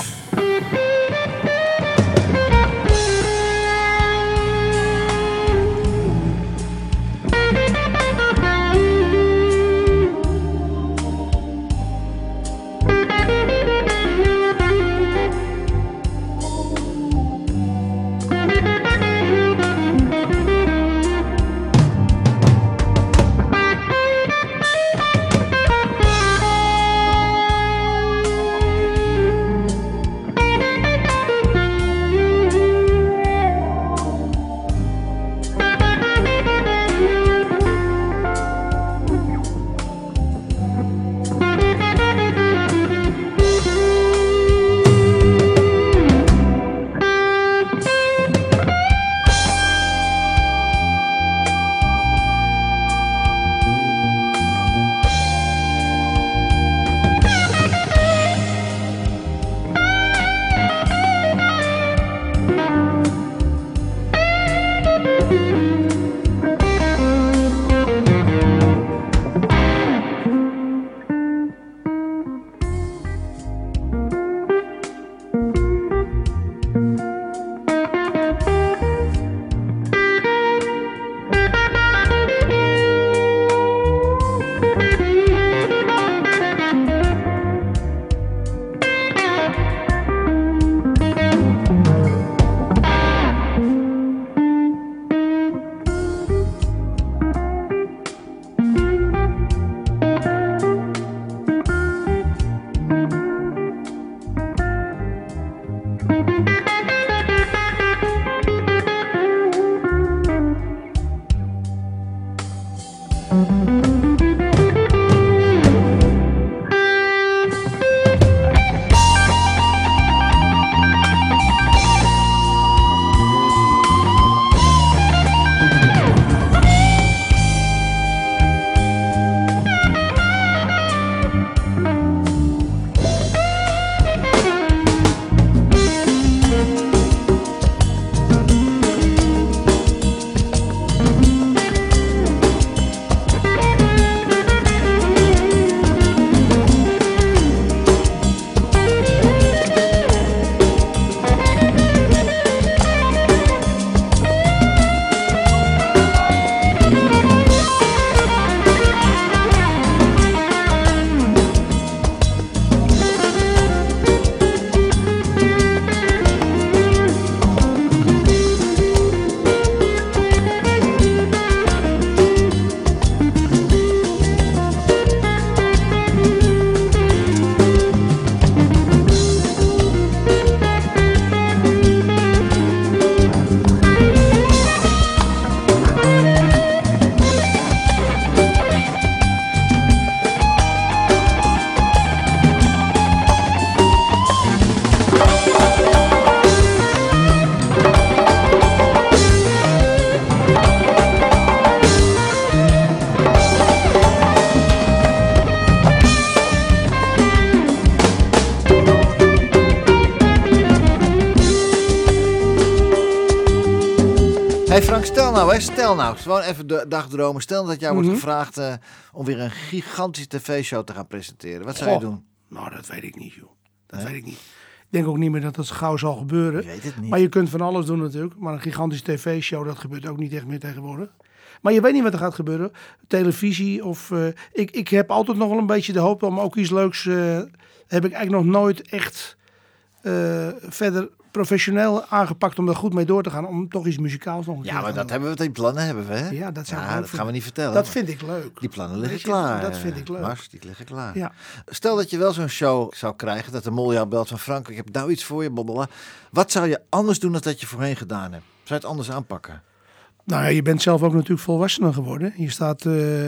Speaker 2: Hey Frank, stel nou, gewoon even de dagdromen. Stel dat jou wordt gevraagd om weer een gigantische tv-show te gaan presenteren. Wat zou je doen?
Speaker 3: Nou, dat weet ik niet, joh. Dat weet ik niet. Ik denk ook niet meer dat dat gauw zal gebeuren.
Speaker 2: Ik weet het niet.
Speaker 3: Maar je kunt van alles doen natuurlijk. Maar een gigantische tv-show, dat gebeurt ook niet echt meer tegenwoordig. Maar je weet niet wat er gaat gebeuren. Televisie of... Ik heb altijd nog wel een beetje de hoop om ook iets leuks... heb ik eigenlijk nog nooit echt verder professioneel aangepakt om daar goed mee door te gaan. Om toch iets muzikaals nog een keer
Speaker 2: Ja, maar dat hebben we, die plannen hebben we, hè?
Speaker 3: Ja, dat
Speaker 2: gaan we niet vertellen.
Speaker 3: Dat vind ik leuk.
Speaker 2: Die plannen liggen klaar.
Speaker 3: Dat vind ik leuk.
Speaker 2: Mars, die liggen klaar.
Speaker 3: Ja.
Speaker 2: Stel dat je wel zo'n show zou krijgen, dat de mol jou belt van Frank, ik heb nou iets voor je, blablabla. Wat zou je anders doen dan dat je voorheen gedaan hebt? Zou je het anders aanpakken?
Speaker 3: Nou ja, je bent zelf ook natuurlijk volwassener geworden. Je staat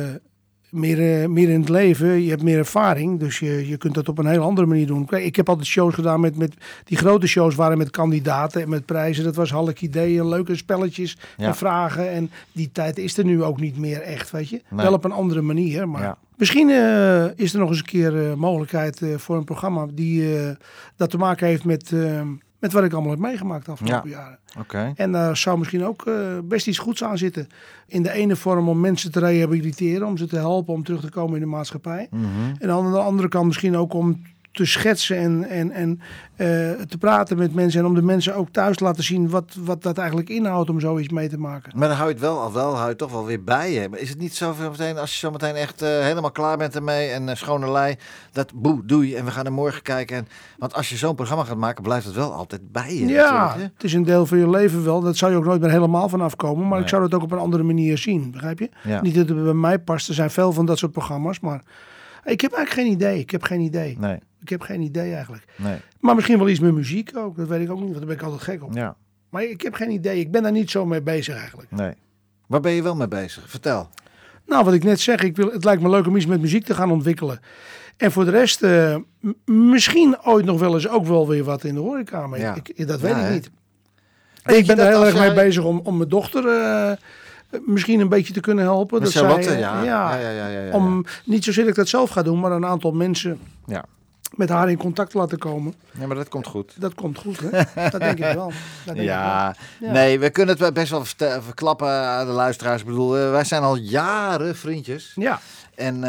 Speaker 3: meer in het leven. Je hebt meer ervaring. Dus je kunt dat op een heel andere manier doen. Kijk, ik heb altijd shows gedaan met die grote shows waren met kandidaten en met prijzen. Dat was halk ideeën, leuke spelletjes en vragen. En die tijd is er nu ook niet meer echt, weet je. Nee. Wel op een andere manier. Maar misschien is er nog eens een keer mogelijkheid voor een programma die dat te maken heeft met wat ik allemaal heb meegemaakt de afgelopen jaren.
Speaker 2: Okay.
Speaker 3: En daar zou misschien ook best iets goeds aan zitten. In de ene vorm om mensen te rehabiliteren, om ze te helpen om terug te komen in de maatschappij. Mm-hmm. En aan de andere kant misschien ook om te schetsen en te praten met mensen. En om de mensen ook thuis te laten zien wat dat eigenlijk inhoudt om zoiets mee te maken.
Speaker 2: Maar dan hou je het hou je toch wel weer bij je. Maar is het niet zo meteen, als je zo meteen echt helemaal klaar bent ermee en schone lei, dat doei en we gaan er morgen kijken. Want als je zo'n programma gaat maken, blijft het wel altijd bij je.
Speaker 3: Ja, het is een deel van je leven wel. Dat zou je ook nooit meer helemaal vanaf komen. Maar ik zou dat ook op een andere manier zien, begrijp je? Ja. Niet dat het bij mij past. Er zijn veel van dat soort programma's, maar ik heb eigenlijk geen idee.
Speaker 2: Nee.
Speaker 3: Ik heb geen idee eigenlijk.
Speaker 2: Nee.
Speaker 3: Maar misschien wel iets met muziek ook. Dat weet ik ook niet, want daar ben ik altijd gek op.
Speaker 2: Ja.
Speaker 3: Maar ik heb geen idee. Ik ben daar niet zo mee bezig eigenlijk.
Speaker 2: Nee. Waar ben je wel mee bezig? Vertel.
Speaker 3: Nou, wat ik net zeg. Het lijkt me leuk om iets met muziek te gaan ontwikkelen. En voor de rest, misschien ooit nog wel eens ook wel weer wat in de horeca. Maar dat weet ik niet. Ik ben er heel erg mee bezig om mijn dochter misschien een beetje te kunnen helpen.
Speaker 2: Dat
Speaker 3: zij, om niet zozeer dat ik dat zelf ga doen, maar een aantal mensen met haar in contact te laten komen.
Speaker 2: Ja, maar dat komt goed.
Speaker 3: Dat komt goed, hè? Dat denk ik wel.
Speaker 2: Nee, we kunnen het best wel verklappen aan de luisteraars. Ik bedoel, wij zijn al jaren vriendjes.
Speaker 3: Ja.
Speaker 2: En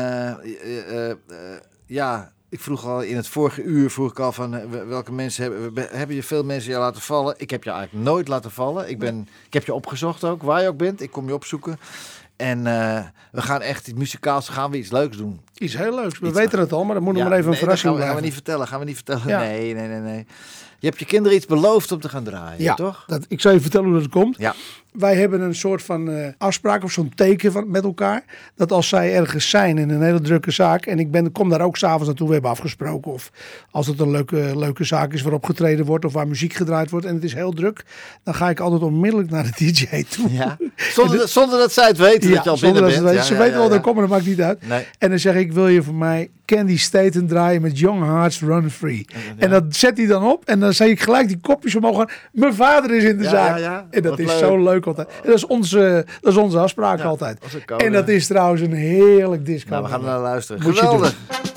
Speaker 2: ik vroeg al in het vorige uur van welke mensen hebben je veel mensen jou laten vallen. Ik heb je eigenlijk nooit laten vallen. Ik heb je opgezocht ook, waar je ook bent. Ik kom je opzoeken. En we gaan echt muzikaals iets leuks doen.
Speaker 3: Iets heel leuks. We weten het al, maar dat moet nog maar even een verrassing blijven.
Speaker 2: Gaan we niet vertellen. Ja. Nee. Je hebt je kinderen iets beloofd om te gaan draaien, toch?
Speaker 3: Ik zal je vertellen hoe dat komt.
Speaker 2: Ja.
Speaker 3: Wij hebben een soort van afspraak of zo'n teken met elkaar. Dat als zij ergens zijn in een hele drukke zaak. En ik kom daar ook s'avonds naartoe. We hebben afgesproken. Of als het een leuke zaak is waarop getreden wordt. Of waar muziek gedraaid wordt. En het is heel druk. Dan ga ik altijd onmiddellijk naar de DJ toe.
Speaker 2: Ja. Zonder dat zij het weten dat je al binnen bent.
Speaker 3: Ze weten wel dat komen, dat maakt niet uit.
Speaker 2: Nee.
Speaker 3: En dan zeg ik, wil je voor mij Candy Staten draaien met Young Hearts Run Free. Ja. En dat zet hij dan op. En dan zie ik gelijk die kopjes omhoog gaan. Mijn vader is in de zaak.
Speaker 2: Ja.
Speaker 3: En dat is zo leuk altijd. En dat is onze afspraak altijd. En dat is trouwens een heerlijk disco.
Speaker 2: Nou, we gaan er naar luisteren.
Speaker 3: Moet
Speaker 2: geweldig.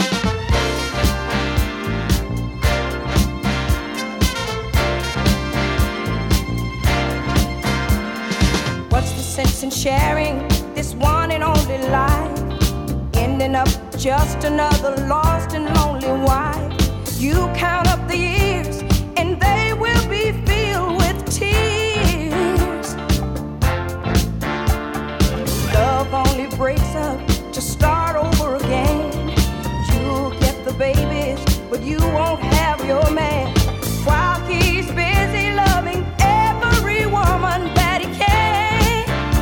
Speaker 11: What's the sense in sharing this one and only life? Ending up just another lost and lonely wife. You count up the years and they will be filled with tears. Love only breaks up to start over again. You'll get the babies, but you won't have your man. While he's busy loving every woman that he can.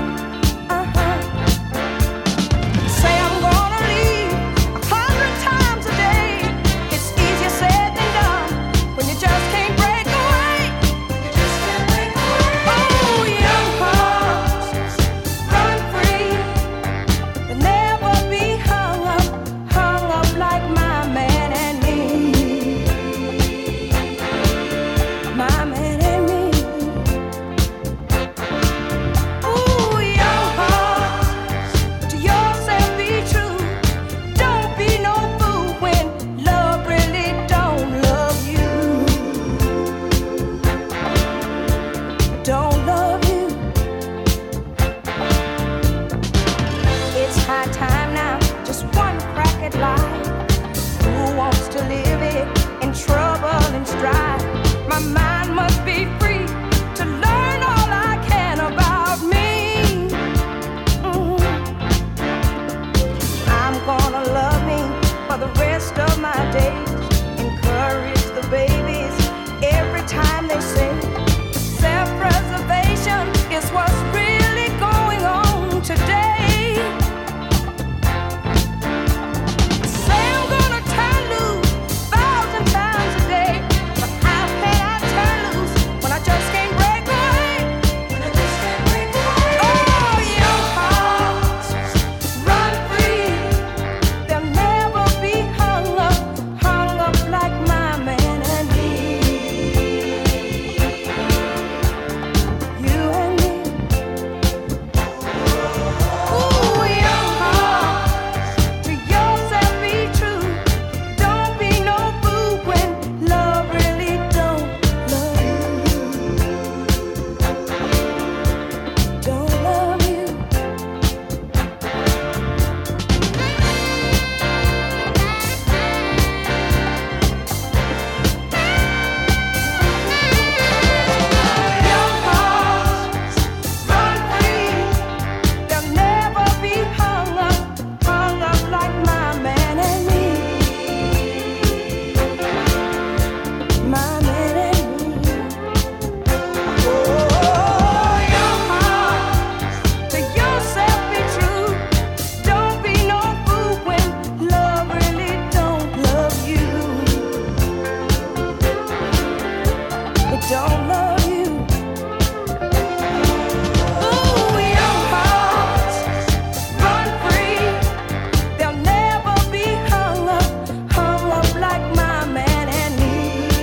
Speaker 11: Say I'm gonna leave 100 times a day. It's easier said than done when you just can't break away. Oh, young hearts, run free. They'll never be hung up like my man and me. rest of my days. Encourage the babies every time they sing. Self-preservation is what's really going on today. Say I'm gonna turn loose 1,000 times a day, but how can I turn loose when I just can't break away? Oh, young hearts, run free. They'll never be hung up like my man and me. You and me. Ooh, young hearts, to yourself be true. Don't be no fool when love really don't love you. Don't love you. Young hearts, run free. They'll never be hung up like my man and me. My man and me. Oh, young hearts, to yourself be true. Don't be no fool when love really don't love you. It don't love you. Ooh, young hearts, run free. They'll never be hung up like my man and me.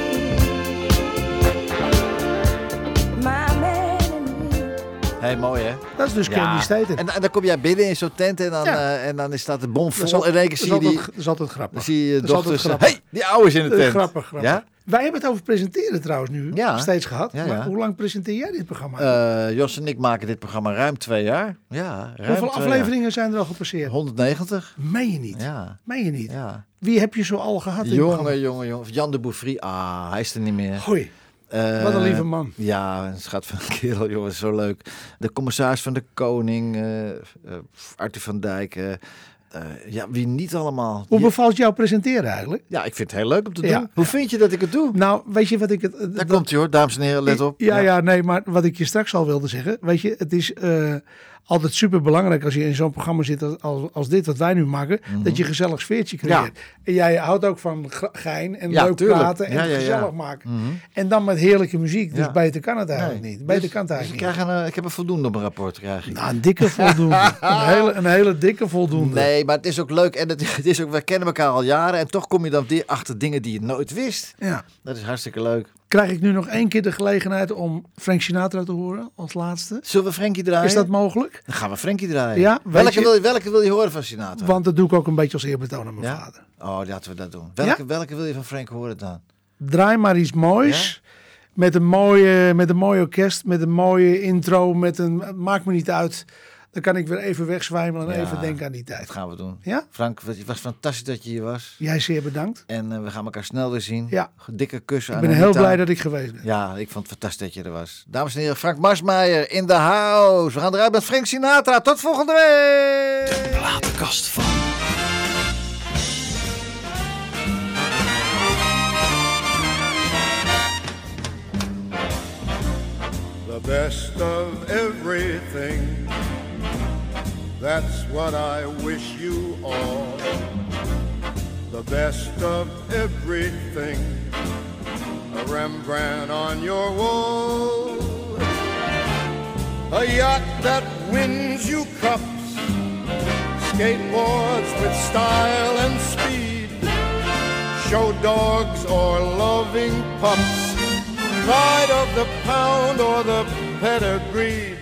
Speaker 11: My man and me.
Speaker 2: Hey, mooi hè?
Speaker 3: Dat is dus Candy Staten.
Speaker 2: En dan kom jij binnen in zo'n tent en dan is dat de bom vol. En in één keer zie je die...
Speaker 3: Dat is altijd grappig.
Speaker 2: Dan zie je
Speaker 3: Dat is altijd
Speaker 2: dochters...
Speaker 3: grappig.
Speaker 2: Hey, die ouwe is in de tent.
Speaker 3: Grappig.
Speaker 2: Ja?
Speaker 3: Wij hebben het over presenteren trouwens nu steeds gehad.
Speaker 2: Ja,
Speaker 3: Maar
Speaker 2: ja.
Speaker 3: hoe lang presenteer jij dit programma?
Speaker 2: Jos en ik maken dit programma ruim 2 jaar. Ja, ruim
Speaker 3: Hoeveel
Speaker 2: 2
Speaker 3: afleveringen zijn er al gepasseerd?
Speaker 2: 190.
Speaker 3: Meen je niet?
Speaker 2: Ja.
Speaker 3: Meen je niet?
Speaker 2: Ja.
Speaker 3: Wie heb je zo al gehad? in het programma?
Speaker 2: Jongen. Jan de Bouffry. Hij is er niet meer.
Speaker 3: Hoi. Wat een lieve man.
Speaker 2: Ja, een schat van een kerel, jongen, zo leuk. De commissaris van de Koning, Arthur van Dijk. Wie niet allemaal.
Speaker 3: Hoe bevalt jouw presenteren eigenlijk?
Speaker 2: Ja, ik vind het heel leuk om te doen.
Speaker 3: Ja.
Speaker 2: Hoe vind je dat ik het doe?
Speaker 3: Nou, weet je wat ik het...
Speaker 2: Daar komt hij hoor, dames en heren, let op.
Speaker 3: Nee, maar wat ik je straks al wilde zeggen. Weet je, het is altijd super belangrijk als je in zo'n programma zit als dit wat wij nu maken. Dat je een gezellig sfeertje creëert. Ja. En jij houdt ook van gein en leuk praten en gezellig maken. En dan met heerlijke muziek. Dus beter kan het eigenlijk niet. Beter kan het eigenlijk niet.
Speaker 2: Ik heb een voldoende op mijn rapport, krijg ik.
Speaker 3: Nou, een dikke voldoende. een hele dikke voldoende.
Speaker 2: Nee, maar het is ook leuk. En het is ook, wij kennen elkaar al jaren. En toch kom je dan weer achter dingen die je nooit wist.
Speaker 3: Ja.
Speaker 2: Dat is hartstikke leuk.
Speaker 3: Krijg ik nu nog 1 keer de gelegenheid om Frank Sinatra te horen als laatste?
Speaker 2: Zullen we Frankie draaien?
Speaker 3: Is dat mogelijk?
Speaker 2: Dan gaan we Frankie draaien.
Speaker 3: Ja,
Speaker 2: welke wil je horen van Sinatra?
Speaker 3: Want dat doe ik ook een beetje als eerbetoon aan mijn vader.
Speaker 2: Oh, laten we dat doen. Welke wil je van Frank horen dan?
Speaker 3: Draai maar iets moois. Ja? Met een mooi orkest, met een mooie intro, maakt me niet uit. Dan kan ik weer even wegzwijmelen en even denken aan die tijd.
Speaker 2: Dat gaan we doen.
Speaker 3: Ja?
Speaker 2: Frank, het was fantastisch dat je hier was.
Speaker 3: Jij zeer bedankt.
Speaker 2: En we gaan elkaar snel weer zien.
Speaker 3: Ja.
Speaker 2: Dikke kussen aan
Speaker 3: Ik ben heel blij dat ik geweest ben.
Speaker 2: Ja, ik vond het fantastisch dat je er was. Dames en heren, Frank Marsmeijer in the house. We gaan eruit met Frank Sinatra. Tot volgende week.
Speaker 1: De platenkast van...
Speaker 10: The best of everything, that's what I wish you all. The best of everything, a Rembrandt on your wall. A yacht that wins you cups, skateboards with style and speed, show dogs or loving pups, pride of the pound or the pedigreed.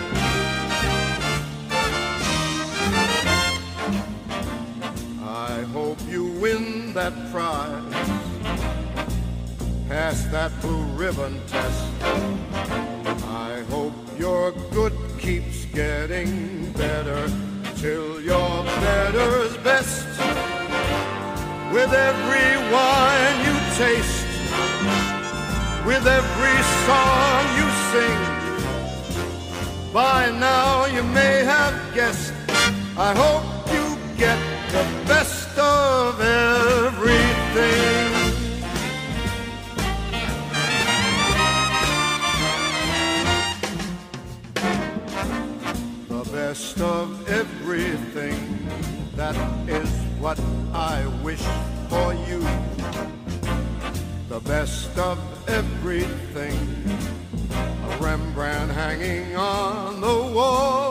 Speaker 10: I hope you win that prize, pass that blue ribbon test. I hope your good keeps getting better till your better's best. With every wine you taste, with every song you sing, by now you may have guessed, I hope you get the best of everything. you, the best of everything, a Rembrandt hanging on the wall.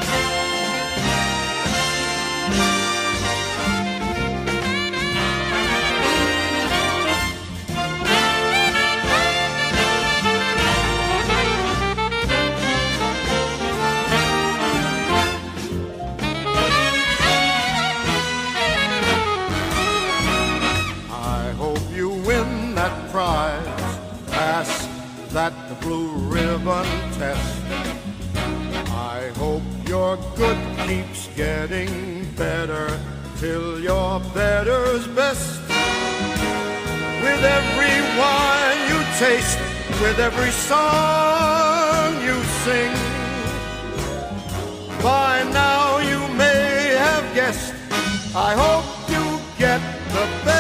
Speaker 10: Prize, pass that blue ribbon test. I hope your good keeps getting better till your better's best. With every wine you taste, with every song you sing, by now you may have guessed, I hope you get the best.